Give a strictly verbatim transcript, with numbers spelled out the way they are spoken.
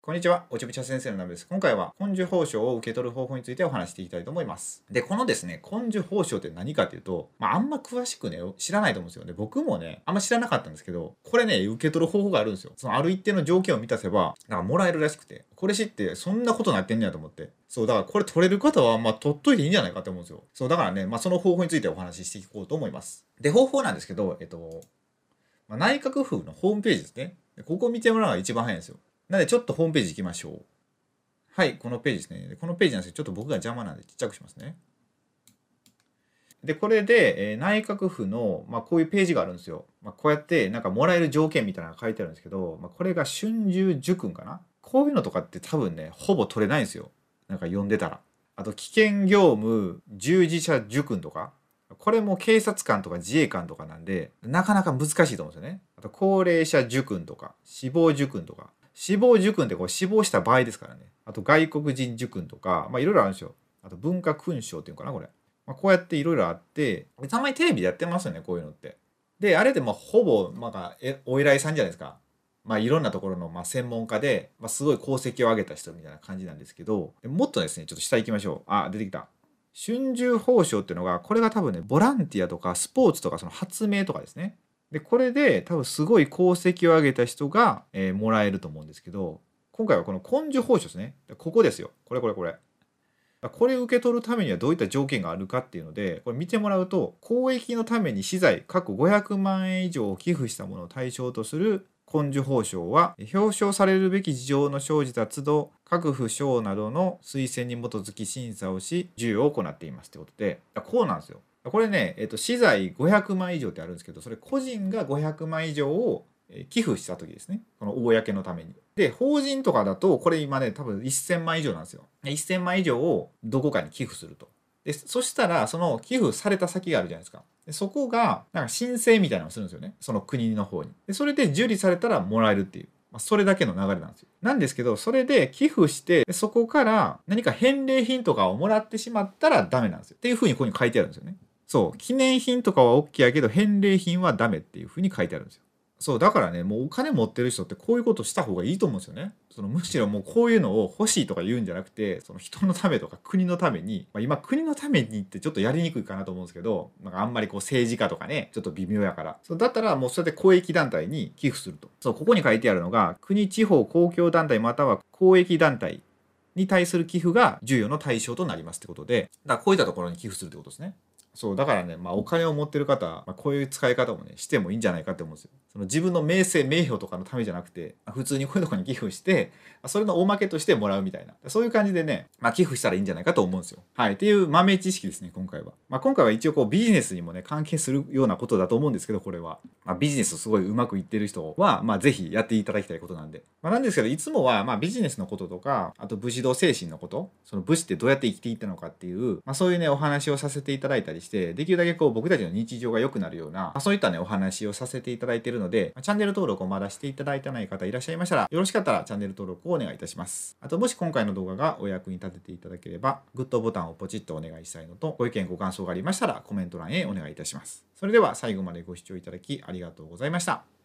こんにちは、おちぶちゃ先生のナベです。今回は根受報奨を受け取る方法についてお話していきたいと思います。で、このですね、根受報奨って何かっていうと、まあ、あんま詳しくね、知らないと思うんですよね。僕もね、あんま知らなかったんですけど、これね、受け取る方法があるんですよ。そのある一定の条件を満たせば、なんかもらえるらしくて、これ知ってそんなことなってんねやと思って。そう、だからこれ取れる方は、まあ、取っといていいんじゃないかって思うんですよ。そう、だからね、まあ、その方法についてお話ししていこうと思います。で、方法なんですけど、えっと、まあ、内閣府のホームページですね。ここを見てもらうのが一番早いんですよ。なので、ちょっとホームページ行きましょう。はい、このページですね。このページなんですけど、ちょっと僕が邪魔なんでちっちゃくしますね。で、これで、えー内閣府の、まあ、こういうページがあるんですよ。まあ、こうやってなんかもらえる条件みたいなのが書いてあるんですけど、まあ、これが春秋受訓かな。こういうのとかって多分ね、ほぼ取れないんですよ。なんか読んでたら。あと、危険業務従事者受訓とか。これも警察官とか自衛官とかなんで、なかなか難しいと思うんですよね。あと、高齢者受訓とか、死亡受訓とか。死亡受訓ってこう死亡した場合ですからね。あと外国人受訓とか、まあいろいろあるんですよ。あと文化勲章っていうのかな、これ。まあ、こうやっていろいろあって、たまにテレビでやってますよね、こういうのって。で、あれでもほぼ、まあ、えお偉いさんじゃないですか。まあいろんなところのまあ専門家で、まあ、すごい功績を上げた人みたいな感じなんですけど、もっとですね、ちょっと下行きましょう。あ、出てきた。春秋報奨っていうのが、これが多分ね、ボランティアとかスポーツとかその発明とかですね。で、これで多分すごい功績を上げた人が、えーもらえると思うんですけど、今回はこの根受報奨ですね。ここですよ。これこれこれ。これを受け取るためにはどういった条件があるかっていうので、これ見てもらうと、公益のために資材、過去ごひゃくまんえん以上を寄付したものを対象とする根受報奨は、表彰されるべき事情の生じた都度、各府省などの推薦に基づき審査をし、授与を行っていますってことで、こうなんですよ。これね、えっと、資材ごひゃくまん以上ってあるんですけど、それ個人がごひゃくまん以上を寄付した時ですね。この公のために。で、法人とかだと、これ今ね、多分せんまん以上なんですよ。せんまん以上をどこかに寄付すると。で、そしたら、その寄付された先があるじゃないですか。でそこが、なんか申請みたいなのをするんですよね。その国の方に。で、それで受理されたらもらえるっていう。まあ、それだけの流れなんですよ。なんですけど、それで寄付して、そこから何か返礼品とかをもらってしまったらダメなんですよ。っていうふうにここに書いてあるんですよね。そう。記念品とかは OK やけど、返礼品はダメっていうふうに書いてあるんですよ。そう、だからね、もうお金持ってる人ってこういうことした方がいいと思うんですよね。そのむしろもうこういうのを欲しいとか言うんじゃなくて、その人のためとか国のために、まあ、今国のためにってちょっとやりにくいかなと思うんですけど、なんかあんまりこう政治家とかね、ちょっと微妙やから。そうだったらもうそれで公益団体に寄付すると。そう、ここに書いてあるのが、国地方公共団体または公益団体に対する寄付が授与の対象となりますってことで、だからこういったところに寄付するってことですね。そう、だからね、まあお金を持ってる方、まあ、こういう使い方もね、してもいいんじゃないかって思うんですよ。その自分の名声、名誉とかのためじゃなくて、普通にこういうところに寄付して、それのおまけとしてもらうみたいな。そういう感じでね、まあ寄付したらいいんじゃないかと思うんですよ。はい。っていう豆知識ですね、今回は。まあ今回は一応こうビジネスにもね、関係するようなことだと思うんですけど、これは。まあビジネスすごいうまくいってる人は、まあぜひやっていただきたいことなんで。まあなんですけど、いつもはまあビジネスのこととか、あと武士道精神のこと、その武士ってどうやって生きていったのかっていう、まあそういうね、お話をさせていただいたりして、できるだけこう僕たちの日常が良くなるような、まあ、そういったね、お話をさせていただいているので、まあ、チャンネル登録をまだしていただいてない方いらっしゃいましたら、よろしかったらチャンネル登録をお願いいたします。あと、もし今回の動画がお役に立てていただければ、グッドボタンをポチッとお願いしたいのと、ご意見ご感想がありましたらコメント欄へお願いいたします。それでは最後までご視聴いただきありがとうございました。